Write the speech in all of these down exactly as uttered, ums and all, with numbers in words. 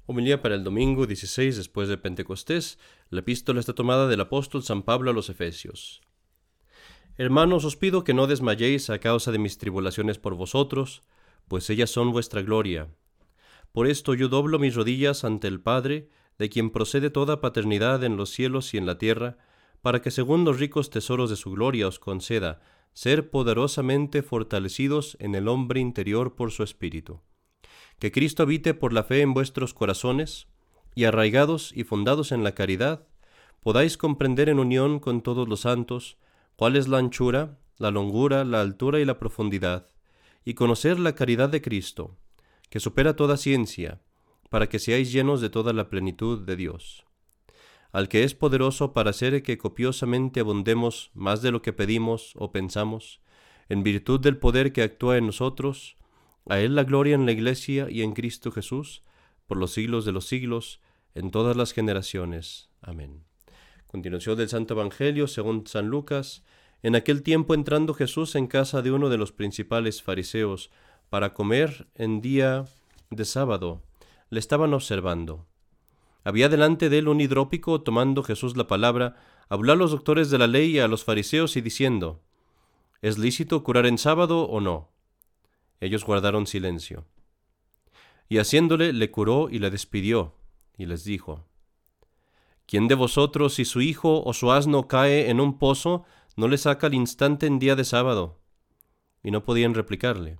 Homilía para el domingo dieciséis después de Pentecostés. La epístola está tomada del apóstol San Pablo a los Efesios. Hermanos, os pido que no desmayéis a causa de mis tribulaciones por vosotros, pues ellas son vuestra gloria. Por esto yo doblo mis rodillas ante el Padre, de quien procede toda paternidad en los cielos y en la tierra, para que según los ricos tesoros de su gloria os conceda ser poderosamente fortalecidos en el hombre interior por su Espíritu. Que Cristo habite por la fe en vuestros corazones, y arraigados y fundados en la caridad, podáis comprender en unión con todos los santos cuál es la anchura, la longura, la altura y la profundidad, y conocer la caridad de Cristo, que supera toda ciencia, para que seáis llenos de toda la plenitud de Dios. Al que es poderoso para hacer que copiosamente abundemos más de lo que pedimos o pensamos, en virtud del poder que actúa en nosotros, a Él la gloria en la Iglesia y en Cristo Jesús, por los siglos de los siglos, en todas las generaciones. Amén. Continuación del Santo Evangelio según San Lucas. En aquel tiempo, entrando Jesús en casa de uno de los principales fariseos para comer en día de sábado, le estaban observando. Había delante de él un hidrópico. Tomando Jesús la palabra, habló a los doctores de la ley y a los fariseos y diciendo: ¿Es lícito curar en sábado o no? Ellos guardaron silencio. Y haciéndole, le curó y le despidió, y les dijo: ¿Quién de vosotros, si su hijo o su asno cae en un pozo, no le saca al instante en día de sábado? Y no podían replicarle.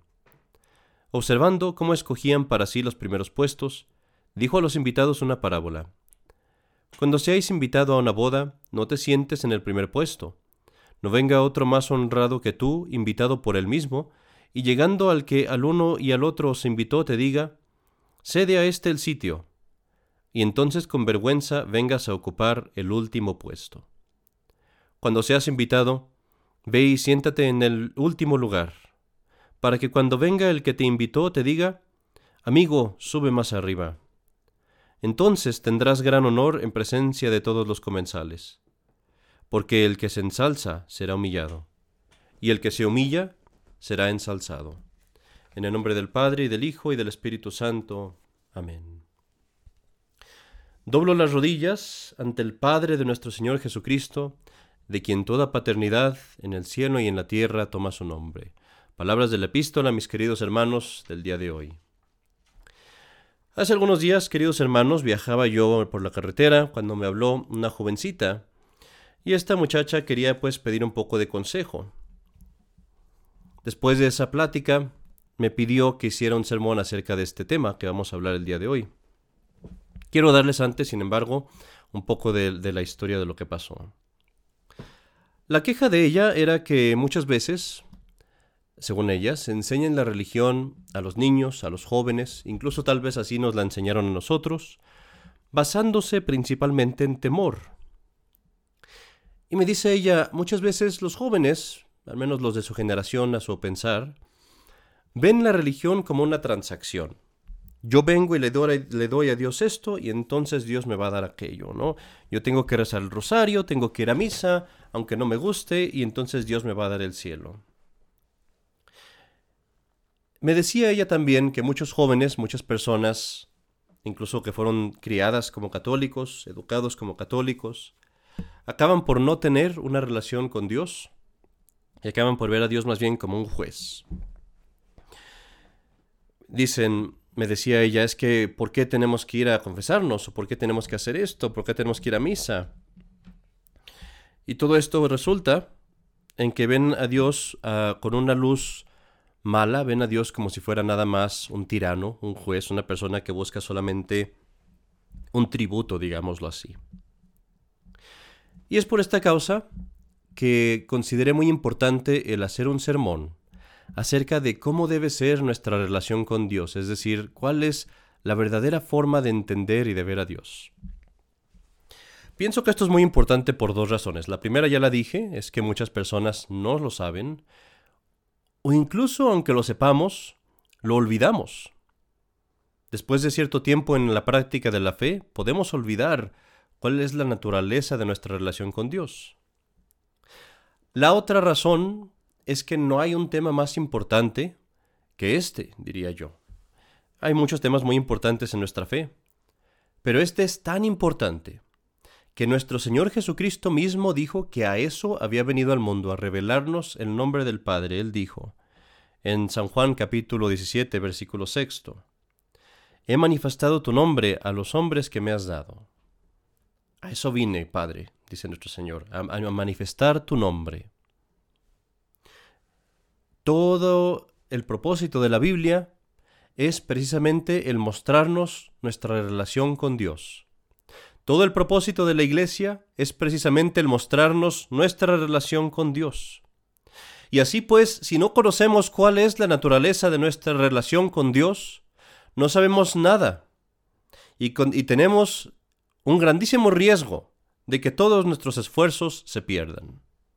Observando cómo escogían para sí los primeros puestos, dijo a los invitados una parábola. Cuando seáis invitado a una boda, no te sientes en el primer puesto. No venga otro más honrado que tú, invitado por él mismo, y llegando al que al uno y al otro os invitó, te diga: cede a éste el sitio, y entonces con vergüenza vengas a ocupar el último puesto. Cuando seas invitado, ve y siéntate en el último lugar, para que cuando venga el que te invitó te diga: amigo, sube más arriba. Entonces tendrás gran honor en presencia de todos los comensales, porque el que se ensalza será humillado, y el que se humilla será ensalzado. En el nombre del Padre, y del Hijo, y del Espíritu Santo. Amén. Doblo las rodillas ante el Padre de nuestro Señor Jesucristo, de quien toda paternidad en el cielo y en la tierra toma su nombre. Palabras de la epístola, mis queridos hermanos, del día de hoy. Hace algunos días, queridos hermanos, viajaba yo por la carretera cuando me habló una jovencita, y esta muchacha quería pues pedir un poco de consejo. Después de esa plática, me pidió que hiciera un sermón acerca de este tema que vamos a hablar el día de hoy. Quiero darles antes, sin embargo, un poco de, de la historia de lo que pasó. La queja de ella era que muchas veces, según ella, se enseña en la religión a los niños, a los jóvenes, incluso tal vez así nos la enseñaron a nosotros, basándose principalmente en temor. Y me dice ella, muchas veces los jóvenes, al menos los de su generación a su pensar, ven la religión como una transacción. Yo vengo y le doy, le doy a Dios esto y entonces Dios me va a dar aquello, ¿no? Yo tengo que rezar el rosario, tengo que ir a misa, aunque no me guste, y entonces Dios me va a dar el cielo. Me decía ella también que muchos jóvenes, muchas personas, incluso que fueron criadas como católicos, educados como católicos, acaban por no tener una relación con Dios y acaban por ver a Dios más bien como un juez. Dicen, me decía ella, es que ¿por qué tenemos que ir a confesarnos? ¿O por qué tenemos que hacer esto? ¿Por qué tenemos que ir a misa? Y todo esto resulta en que ven a Dios uh, con una luz mala, ven a Dios como si fuera nada más un tirano, un juez, una persona que busca solamente un tributo, digámoslo así. Y es por esta causa que consideré muy importante el hacer un sermón acerca de cómo debe ser nuestra relación con Dios, es decir, cuál es la verdadera forma de entender y de ver a Dios. Pienso que esto es muy importante por dos razones. La primera ya la dije, es que muchas personas no lo saben, o incluso aunque lo sepamos, lo olvidamos. Después de cierto tiempo en la práctica de la fe, podemos olvidar cuál es la naturaleza de nuestra relación con Dios. La otra razón es que no hay un tema más importante que este, diría yo. Hay muchos temas muy importantes en nuestra fe, Pero este es tan importante que nuestro Señor Jesucristo mismo dijo que a eso había venido al mundo, a revelarnos el nombre del Padre. Él dijo en San Juan capítulo diecisiete, versículo sexto, he manifestado tu nombre a los hombres que me has dado. A eso vine, Padre, dice nuestro Señor, a, a manifestar tu nombre. Todo el propósito de la Biblia es precisamente el mostrarnos nuestra relación con Dios. Todo el propósito de la Iglesia es precisamente el mostrarnos nuestra relación con Dios. Y así pues, si no conocemos cuál es la naturaleza de nuestra relación con Dios, no sabemos nada. Y, con, y tenemos un grandísimo riesgo de que todos nuestros esfuerzos se pierdan.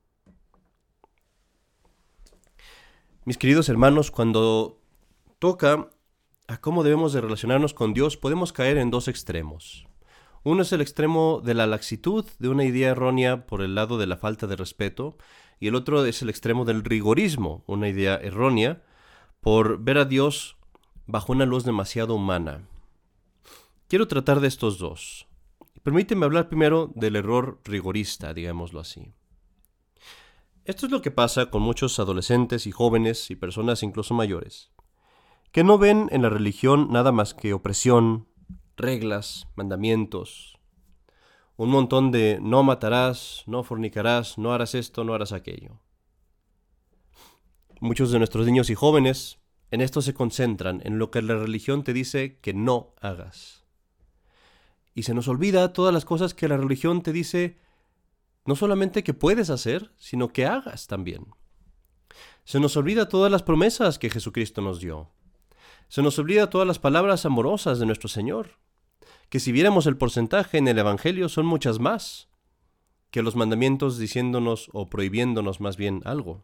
Mis queridos hermanos, cuando toca a cómo debemos de relacionarnos con Dios, podemos caer en dos extremos. Uno es el extremo de la laxitud, de una idea errónea por el lado de la falta de respeto, y el otro es el extremo del rigorismo, una idea errónea por ver a Dios bajo una luz demasiado humana. Quiero tratar de estos dos. Permíteme hablar primero del error rigorista, digámoslo así. Esto es lo que pasa con muchos adolescentes y jóvenes y personas incluso mayores, que no ven en la religión nada más que opresión, reglas, mandamientos, un montón de no matarás, no fornicarás, no harás esto, no harás aquello. Muchos de nuestros niños y jóvenes en esto se concentran, en lo que la religión te dice que no hagas. Y se nos olvida todas las cosas que la religión te dice no solamente que puedes hacer, sino que hagas también. Se nos olvida todas las promesas que Jesucristo nos dio. Se nos olvida todas las palabras amorosas de nuestro Señor, que si viéramos el porcentaje en el Evangelio son muchas más que los mandamientos diciéndonos o prohibiéndonos más bien algo.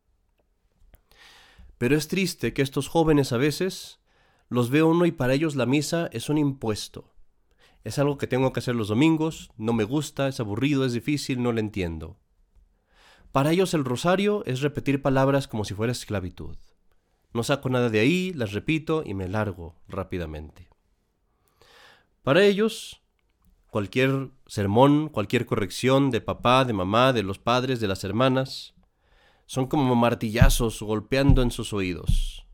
Pero es triste que estos jóvenes a veces los ve uno y para ellos la misa es un impuesto. Es algo que tengo que hacer los domingos, no me gusta, es aburrido, es difícil, no lo entiendo. Para ellos el rosario es repetir palabras como si fuera esclavitud. No saco nada de ahí, las repito y me largo rápidamente. Para ellos, cualquier sermón, cualquier corrección de papá, de mamá, de los padres, de las hermanas, son como martillazos golpeando en sus oídos.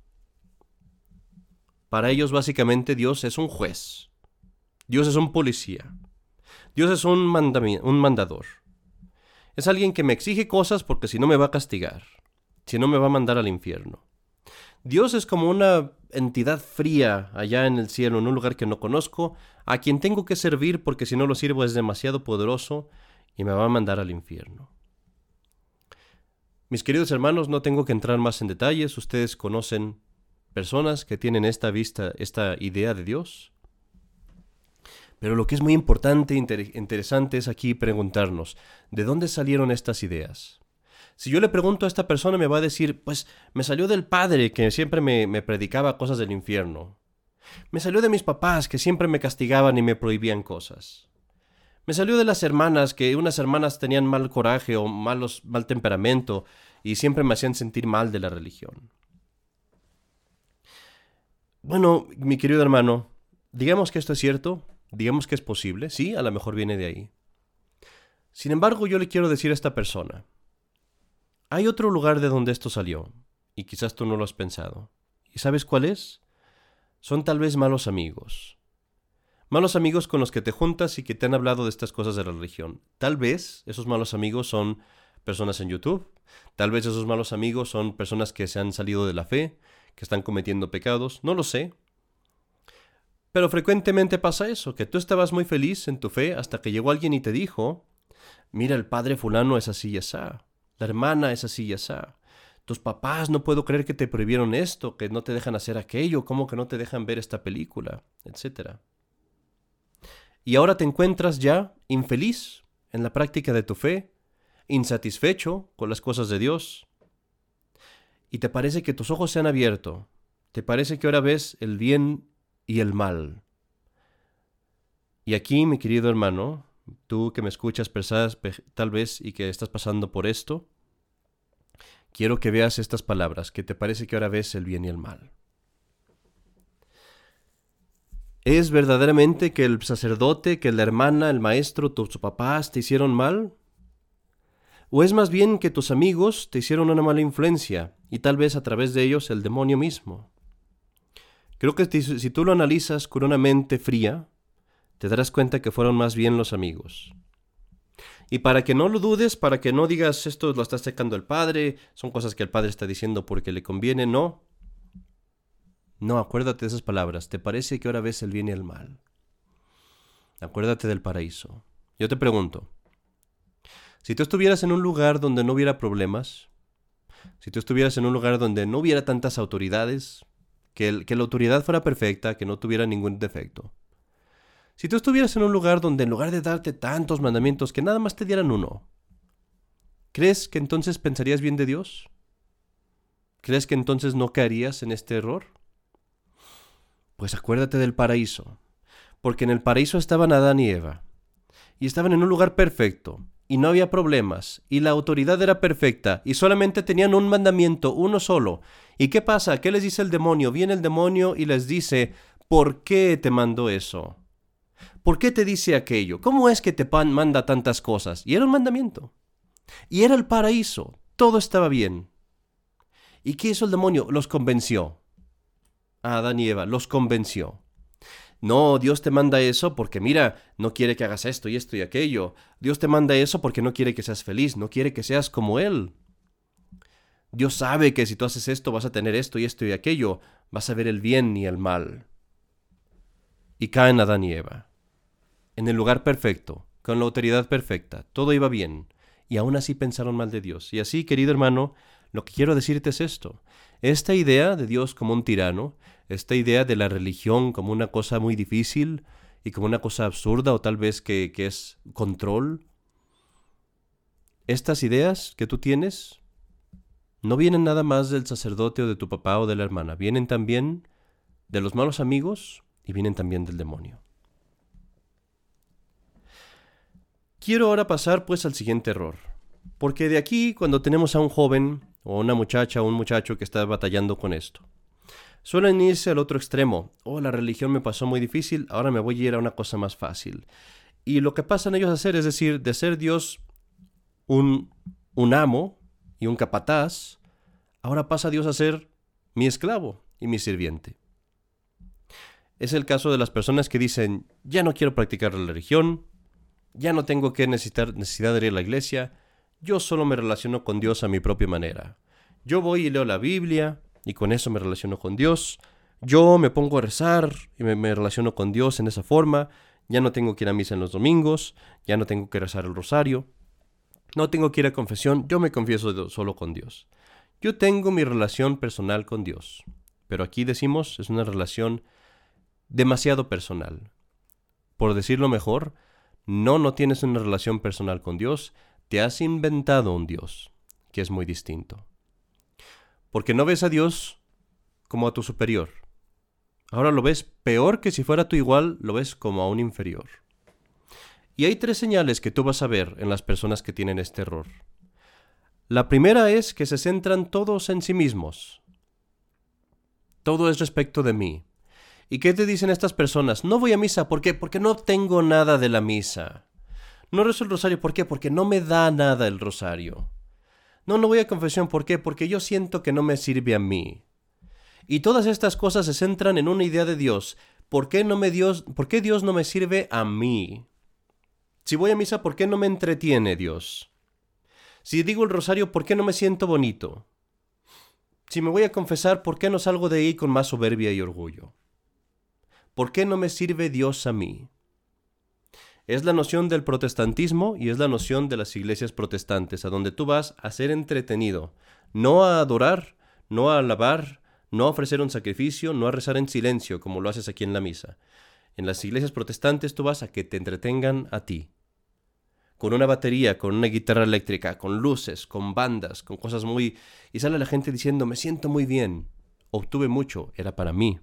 Para ellos básicamente Dios es un juez. Dios es un policía. Dios es un, mandami- un mandador. Es alguien que me exige cosas porque si no me va a castigar, si no me va a mandar al infierno. Dios es como una entidad fría allá en el cielo, en un lugar que no conozco, a quien tengo que servir porque si no lo sirvo es demasiado poderoso y me va a mandar al infierno. Mis queridos hermanos, no tengo que entrar más en detalles. Ustedes conocen personas que tienen esta vista, esta idea de Dios. Pero lo que es muy importante e inter- interesante es aquí preguntarnos, ¿de dónde salieron estas ideas? Si yo le pregunto a esta persona me va a decir, pues me salió del padre que siempre me, me predicaba cosas del infierno. Me salió de mis papás que siempre me castigaban y me prohibían cosas. Me salió de las hermanas que unas hermanas tenían mal coraje o malos, mal temperamento y siempre me hacían sentir mal de la religión. Bueno, mi querido hermano, digamos que esto es cierto. Digamos que es posible, sí, a lo mejor viene de ahí. Sin embargo, yo le quiero decir a esta persona, hay otro lugar de donde esto salió, y quizás tú no lo has pensado. ¿Y sabes cuál es? Son tal vez malos amigos. Malos amigos con los que te juntas y que te han hablado de estas cosas de la religión. Tal vez esos malos amigos son personas en YouTube, tal vez esos malos amigos son personas que se han salido de la fe, que están cometiendo pecados, no lo sé. Pero frecuentemente pasa eso, que tú estabas muy feliz en tu fe hasta que llegó alguien y te dijo, mira, el padre fulano es así y asá, la hermana es así y asá, tus papás no puedo creer que te prohibieron esto, que no te dejan hacer aquello, cómo que no te dejan ver esta película, etcétera. Y ahora te encuentras ya infeliz en la práctica de tu fe, insatisfecho con las cosas de Dios, y te parece que tus ojos se han abierto, te parece que ahora ves el bien y el mal. Y aquí, mi querido hermano, tú que me escuchas pensás, tal vez y que estás pasando por esto, quiero que veas estas palabras, que te parece que ahora ves el bien y el mal. ¿Es verdaderamente que el sacerdote, que la hermana, el maestro, tus papás te hicieron mal? ¿O es más bien que tus amigos te hicieron una mala influencia y tal vez a través de ellos el demonio mismo? Creo que si, si tú lo analizas con una mente fría, te darás cuenta que fueron más bien los amigos. Y para que no lo dudes, para que no digas esto lo está sacando el padre, son cosas que el padre está diciendo porque le conviene, no. No, acuérdate de esas palabras. ¿Te parece que ahora ves el bien y el mal? Acuérdate del paraíso. Yo te pregunto, si tú estuvieras en un lugar donde no hubiera problemas, si tú estuvieras en un lugar donde no hubiera tantas autoridades, que, el, que la autoridad fuera perfecta, que no tuviera ningún defecto, si tú estuvieras en un lugar donde en lugar de darte tantos mandamientos, que nada más te dieran uno, ¿crees que entonces pensarías bien de Dios? ¿Crees que entonces no caerías en este error? Pues acuérdate del paraíso, porque en el paraíso estaban Adán y Eva, y estaban en un lugar perfecto, y no había problemas, y la autoridad era perfecta, y solamente tenían un mandamiento, uno solo. ¿Y qué pasa? ¿Qué les dice el demonio? Viene el demonio y les dice, ¿por qué te mandó eso? ¿Por qué te dice aquello? ¿Cómo es que te manda tantas cosas? Y era un mandamiento. Y era el paraíso. Todo estaba bien. ¿Y qué hizo el demonio? Los convenció. A Adán y Eva, los convenció. No, Dios te manda eso porque mira, no quiere que hagas esto y esto y aquello. Dios te manda eso porque no quiere que seas feliz, no quiere que seas como Él. Dios sabe que si tú haces esto vas a tener esto y esto y aquello, vas a ver el bien y el mal. Y caen Adán y Eva. En el lugar perfecto, con la autoridad perfecta, todo iba bien, y aún así pensaron mal de Dios. Y así, querido hermano, lo que quiero decirte es esto. Esta idea de Dios como un tirano, esta idea de la religión como una cosa muy difícil y como una cosa absurda o tal vez que, que es control, estas ideas que tú tienes no vienen nada más del sacerdote o de tu papá o de la hermana, vienen también de los malos amigos y vienen también del demonio. Quiero ahora pasar pues al siguiente error, porque de aquí cuando tenemos a un joven o una muchacha o un muchacho que está batallando con esto, suelen irse al otro extremo. Oh, la religión me pasó muy difícil, ahora me voy a ir a una cosa más fácil. Y lo que pasan ellos a hacer es decir, de ser Dios un, un amo y un capataz, ahora pasa Dios a ser mi esclavo y mi sirviente. Es el caso de las personas que dicen, ya no quiero practicar la religión, ya no tengo que necesitar necesidad de ir a la iglesia, yo solo me relaciono con Dios a mi propia manera. Yo voy y leo la Biblia y con eso me relaciono con Dios. Yo me pongo a rezar y me, me relaciono con Dios en esa forma. Ya no tengo que ir a misa en los domingos, ya no tengo que rezar el rosario, no tengo que ir a confesión, yo me confieso solo con Dios. Yo tengo mi relación personal con Dios, pero aquí decimos es una relación demasiado personal. Por decirlo mejor, no, no tienes una relación personal con Dios, te has inventado un Dios, que es muy distinto. Porque no ves a Dios como a tu superior. Ahora lo ves peor que si fuera tu igual, lo ves como a un inferior. Y hay tres señales que tú vas a ver en las personas que tienen este error. La primera es que se centran todos en sí mismos. Todo es respecto de mí. ¿Y qué te dicen estas personas? No voy a misa, ¿por qué? Porque no tengo nada de la misa. No rezo el rosario, ¿por qué? Porque no me da nada el rosario. No, no voy a confesión, ¿por qué? Porque yo siento que no me sirve a mí. Y todas estas cosas se centran en una idea de Dios. ¿Por qué, no me Dios, ¿Por qué Dios no me sirve a mí? Si voy a misa, ¿por qué no me entretiene Dios? Si digo el rosario, ¿por qué no me siento bonito? Si me voy a confesar, ¿por qué no salgo de ahí con más soberbia y orgullo? ¿Por qué no me sirve Dios a mí? Es la noción del protestantismo y es la noción de las iglesias protestantes, a donde tú vas a ser entretenido, no a adorar, no a alabar, no a ofrecer un sacrificio, no a rezar en silencio, como lo haces aquí en la misa. En las iglesias protestantes tú vas a que te entretengan a ti. Con una batería, con una guitarra eléctrica, con luces, con bandas, con cosas muy... Y sale la gente diciendo, me siento muy bien, obtuve mucho, era para mí.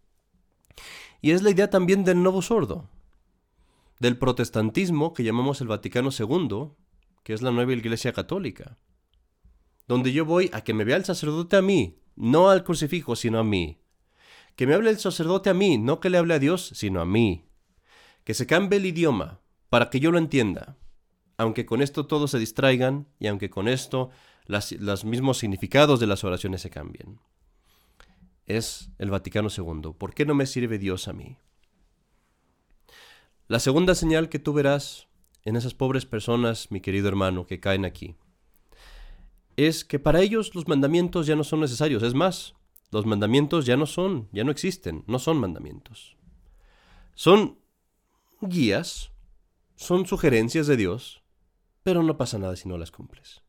Y es la idea también del nuevo sordo, del protestantismo que llamamos el Vaticano segundo, que es la nueva Iglesia Católica, donde yo voy a que me vea el sacerdote a mí, no al crucifijo, sino a mí. Que me hable el sacerdote a mí, no que le hable a Dios, sino a mí. Que se cambie el idioma para que yo lo entienda. Aunque con esto todos se distraigan y aunque con esto las, los mismos significados de las oraciones se cambien. Es el Vaticano segundo. ¿Por qué no me sirve Dios a mí? La segunda señal que tú verás en esas pobres personas, mi querido hermano, que caen aquí, es que para ellos los mandamientos ya no son necesarios. Es más, los mandamientos ya no son, ya no existen, no son mandamientos. Son guías, son sugerencias de Dios, pero no pasa nada si no las cumples.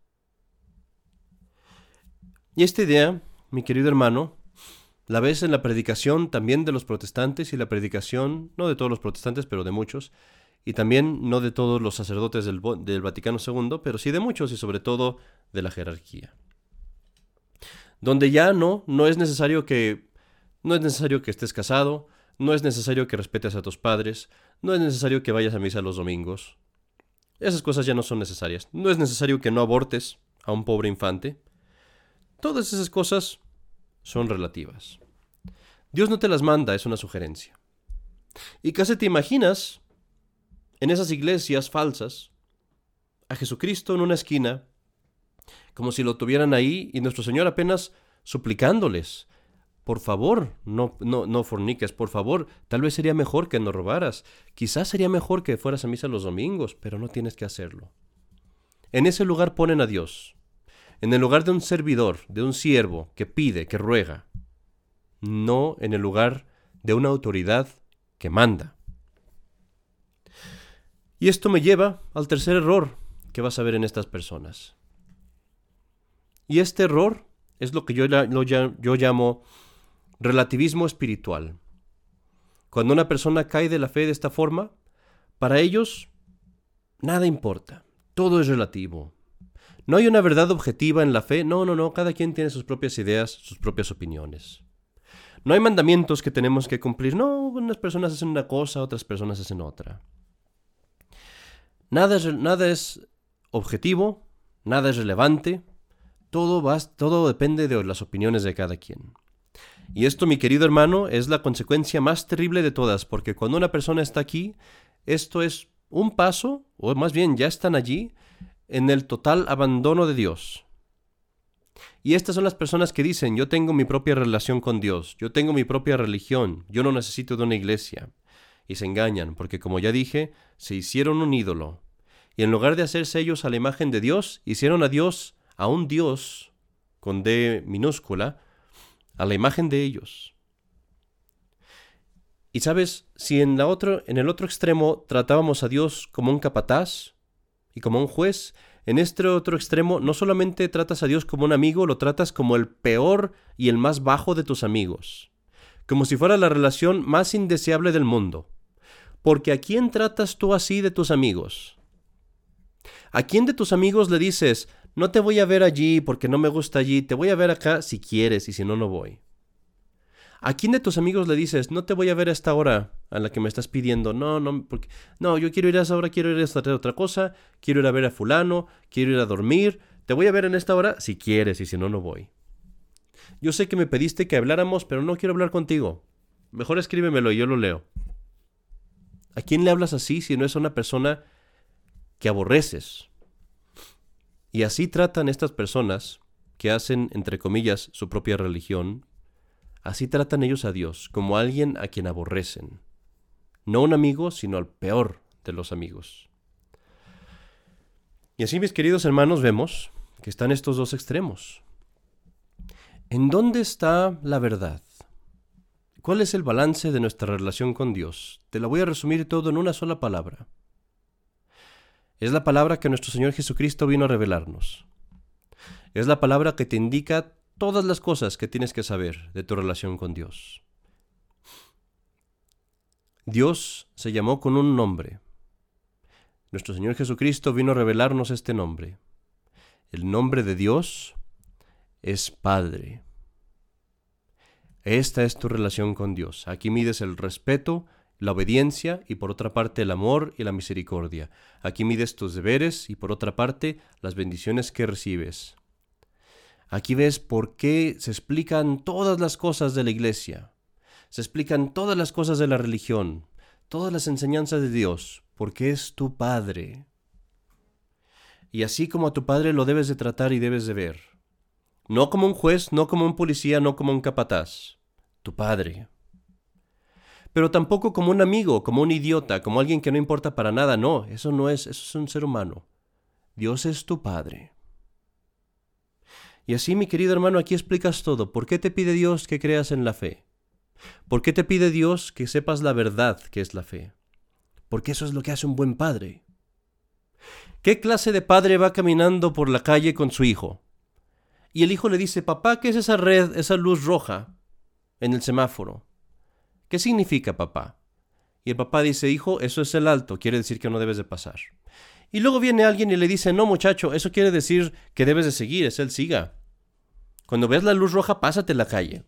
Y esta idea, mi querido hermano, la ves en la predicación también de los protestantes y la predicación, no de todos los protestantes, pero de muchos, y también no de todos los sacerdotes del, del Vaticano segundo, pero sí de muchos y sobre todo de la jerarquía. Donde ya no, no es necesario que, no es necesario que estés casado, no es necesario que respetes a tus padres, no es necesario que vayas a misa los domingos. Esas cosas ya no son necesarias. No es necesario que no abortes a un pobre infante. Todas esas cosas son relativas. Dios no te las manda, es una sugerencia. Y casi te imaginas en esas iglesias falsas a Jesucristo en una esquina, como si lo tuvieran ahí y nuestro Señor apenas suplicándoles: por favor, no, no, no forniques, por favor, tal vez sería mejor que no robaras, quizás sería mejor que fueras a misa los domingos, pero no tienes que hacerlo. En ese lugar ponen a Dios, en el lugar de un servidor, de un siervo que pide, que ruega, no en el lugar de una autoridad que manda. Y esto me lleva al tercer error que vas a ver en estas personas. Y este error es lo que yo, lo, yo llamo relativismo espiritual. Cuando una persona cae de la fe de esta forma, para ellos nada importa, todo es relativo. No hay una verdad objetiva en la fe, no, no, no, cada quien tiene sus propias ideas, sus propias opiniones. No hay mandamientos que tenemos que cumplir, no, unas personas hacen una cosa, otras personas hacen otra. Nada es, nada es objetivo, nada es relevante, todo, va, todo depende de las opiniones de cada quien. Y esto, mi querido hermano, es la consecuencia más terrible de todas, porque cuando una persona está aquí, esto es un paso, o más bien ya están allí, en el total abandono de Dios. Y estas son las personas que dicen: yo tengo mi propia relación con Dios, yo tengo mi propia religión, yo no necesito de una iglesia. Y se engañan, porque como ya dije, se hicieron un ídolo. Y en lugar de hacerse ellos a la imagen de Dios, hicieron a Dios, a un Dios, con D minúscula, a la imagen de ellos. Y sabes, si en, la otro, en el otro extremo tratábamos a Dios como un capataz y como un juez, en este otro extremo no solamente tratas a Dios como un amigo, lo tratas como el peor y el más bajo de tus amigos. Como si fuera la relación más indeseable del mundo. Porque ¿a quién tratas tú así de tus amigos? ¿A quién de tus amigos le dices: no te voy a ver allí porque no me gusta allí, te voy a ver acá si quieres y si no, no voy? ¿A quién de tus amigos le dices: no te voy a ver a esta hora a la que me estás pidiendo? No, no, porque, no, yo quiero ir a esa hora, quiero ir a esta otra cosa, quiero ir a ver a fulano, quiero ir a dormir, te voy a ver en esta hora si quieres y si no, no voy. Yo sé que me pediste que habláramos, pero no quiero hablar contigo. Mejor escríbemelo y yo lo leo. ¿A quién le hablas así si no es a una persona que aborreces? Y así tratan estas personas que hacen, entre comillas, su propia religión. Así tratan ellos a Dios, como a alguien a quien aborrecen. No un amigo, sino al peor de los amigos. Y así, mis queridos hermanos, vemos que están estos dos extremos. ¿En dónde está la verdad? ¿Cuál es el balance de nuestra relación con Dios? Te la voy a resumir todo en una sola palabra. Es la palabra que nuestro Señor Jesucristo vino a revelarnos. Es la palabra que te indica todas las cosas que tienes que saber de tu relación con Dios. Dios se llamó con un nombre. Nuestro Señor Jesucristo vino a revelarnos este nombre. El nombre de Dios es Padre. Esta es tu relación con Dios. Aquí mides el respeto, la obediencia y por otra parte el amor y la misericordia. Aquí mides tus deberes y por otra parte las bendiciones que recibes. Aquí ves por qué se explican todas las cosas de la iglesia. se explican todas las cosas de la religión, todas las enseñanzas de Dios, porque es tu Padre. Y así como a tu Padre lo debes de tratar y debes de ver. No como un juez, no como un policía, no como un capataz. Tu Padre. Pero tampoco como un amigo, como un idiota, como alguien que no importa para nada. No, eso no es, eso es un ser humano. Dios es tu Padre. Y así, mi querido hermano, aquí explicas todo. ¿Por qué te pide Dios que creas en la fe? ¿Por qué te pide Dios que sepas la verdad que es la fe? Porque eso es lo que hace un buen padre. ¿Qué clase de padre va caminando por la calle con su hijo? Y el hijo le dice, papá, ¿qué es esa red, esa luz roja en el semáforo? ¿Qué significa, papá? Y el papá dice, hijo, eso es el alto, quiere decir que no debes de pasar. Y luego viene alguien y le dice, no muchacho, eso quiere decir que debes de seguir, es el siga. Cuando ves la luz roja, pásate la calle.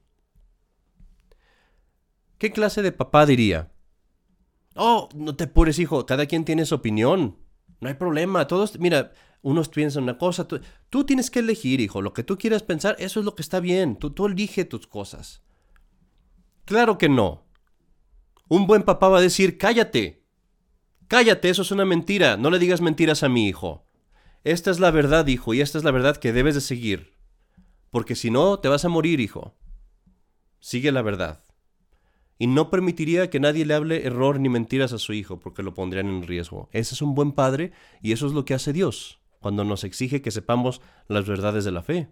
¿Qué clase de papá diría? Oh, no te apures, hijo, cada quien tiene su opinión. No hay problema, todos, mira, unos piensan una cosa, tú, tú tienes que elegir, hijo, lo que tú quieras pensar, eso es lo que está bien, tú, tú elige tus cosas. Claro que no. Un buen papá va a decir, cállate. Cállate, eso es una mentira. No le digas mentiras a mi hijo. Esta es la verdad, hijo, y esta es la verdad que debes de seguir. Porque si no, te vas a morir, hijo. Sigue la verdad. Y no permitiría que nadie le hable error ni mentiras a su hijo, porque lo pondrían en riesgo. Ese es un buen padre, y eso es lo que hace Dios, cuando nos exige que sepamos las verdades de la fe.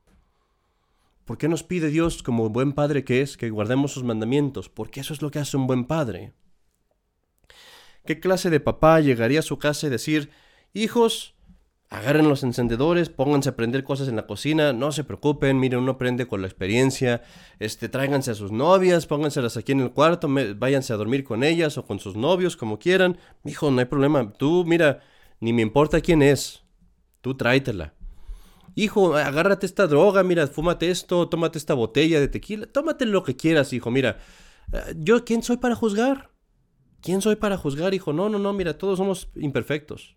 ¿Por qué nos pide Dios, como buen padre que es, que guardemos sus mandamientos? Porque eso es lo que hace un buen padre. ¿Qué clase de papá llegaría a su casa y decir, hijos, agarren los encendedores, pónganse a prender cosas en la cocina, no se preocupen, miren, uno aprende con la experiencia, este, tráiganse a sus novias, pónganselas aquí en el cuarto, me, váyanse a dormir con ellas o con sus novios, como quieran. Hijo, no hay problema, tú, mira, ni me importa quién es, tú tráetela. Hijo, agárrate esta droga, mira, fúmate esto, tómate esta botella de tequila, tómate lo que quieras, hijo, mira, ¿yo quién soy para juzgar? ¿Quién soy para juzgar, hijo? No, no, no, mira, todos somos imperfectos.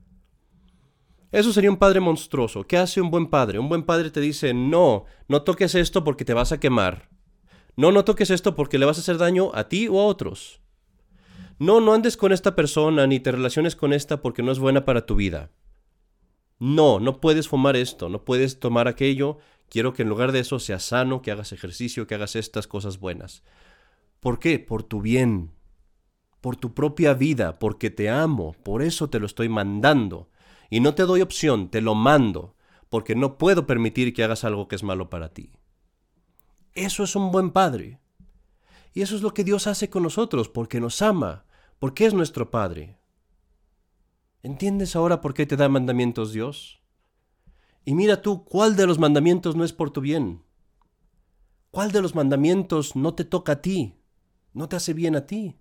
Eso sería un padre monstruoso. ¿Qué hace un buen padre? Un buen padre te dice, no, no toques esto porque te vas a quemar. No, no toques esto porque le vas a hacer daño a ti o a otros. No, no andes con esta persona ni te relaciones con esta porque no es buena para tu vida. No, no puedes fumar esto, no puedes tomar aquello. Quiero que en lugar de eso seas sano, que hagas ejercicio, que hagas estas cosas buenas. ¿Por qué? Por tu bien. Por tu propia vida, porque te amo, por eso te lo estoy mandando. Y no te doy opción, te lo mando, porque no puedo permitir que hagas algo que es malo para ti. Eso es un buen padre. Y eso es lo que Dios hace con nosotros, porque nos ama, porque es nuestro Padre. ¿Entiendes ahora por qué te da mandamientos Dios? Y mira tú, ¿cuál de los mandamientos no es por tu bien? ¿Cuál de los mandamientos no te toca a ti? ¿No te hace bien a ti?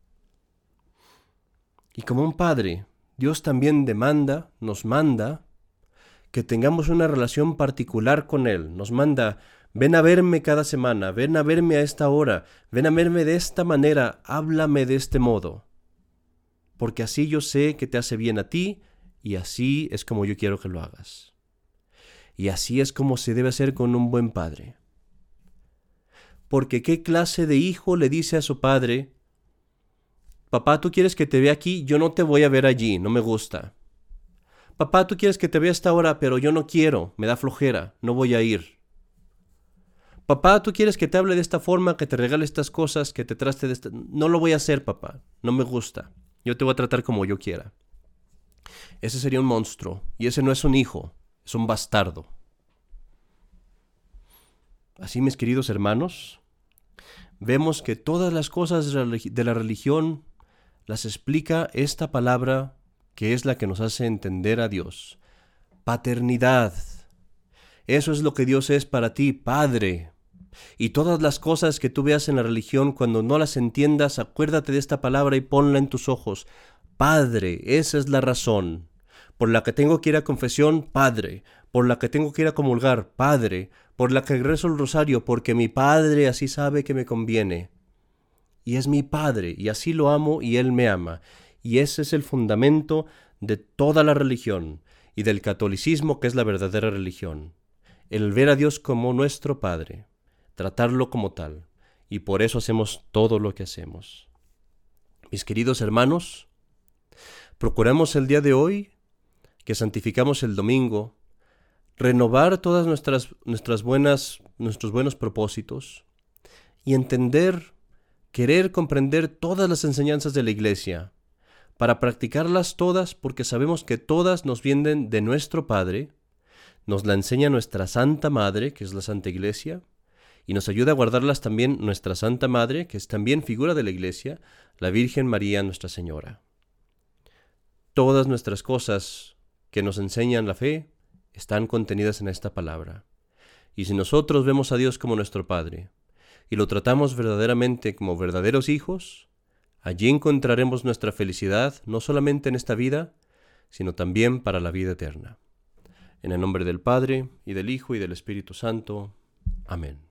Y como un padre, Dios también demanda, nos manda, que tengamos una relación particular con Él. Nos manda, ven a verme cada semana, ven a verme a esta hora, ven a verme de esta manera, háblame de este modo. Porque así yo sé que te hace bien a ti, y así es como yo quiero que lo hagas. Y así es como se debe hacer con un buen padre. Porque ¿qué clase de hijo le dice a su padre, papá, tú quieres que te vea aquí, yo no te voy a ver allí, no me gusta. Papá, tú quieres que te vea a esta hora, pero yo no quiero, me da flojera, no voy a ir. Papá, tú quieres que te hable de esta forma, que te regale estas cosas, que te traste de esta... No lo voy a hacer, papá, no me gusta. Yo te voy a tratar como yo quiera. Ese sería un monstruo, y ese no es un hijo, es un bastardo. Así, mis queridos hermanos, vemos que todas las cosas de la religión las explica esta palabra que es la que nos hace entender a Dios. Paternidad. Eso es lo que Dios es para ti, Padre. Y todas las cosas que tú veas en la religión, cuando no las entiendas, acuérdate de esta palabra y ponla en tus ojos. Padre, esa es la razón. Por la que tengo que ir a confesión, Padre. Por la que tengo que ir a comulgar, Padre. Por la que rezo el rosario, porque mi Padre así sabe que me conviene. Y es mi Padre, y así lo amo, y Él me ama. Y ese es el fundamento de toda la religión, y del catolicismo, que es la verdadera religión. El ver a Dios como nuestro Padre, tratarlo como tal. y por eso hacemos todo lo que hacemos. Mis queridos hermanos, procuramos el día de hoy, que santificamos el domingo, renovar todas nuestras, nuestras buenas, nuestros buenos propósitos y entender, querer comprender todas las enseñanzas de la Iglesia, para practicarlas todas, porque sabemos que todas nos vienen de nuestro Padre, nos la enseña nuestra Santa Madre, que es la Santa Iglesia, y nos ayuda a guardarlas también nuestra Santa Madre, que es también figura de la Iglesia, la Virgen María Nuestra Señora. Todas nuestras cosas que nos enseñan la fe están contenidas en esta palabra. Y si nosotros vemos a Dios como nuestro Padre, y lo tratamos verdaderamente como verdaderos hijos, allí encontraremos nuestra felicidad, no solamente en esta vida, sino también para la vida eterna. En el nombre del Padre, y del Hijo, y del Espíritu Santo. Amén.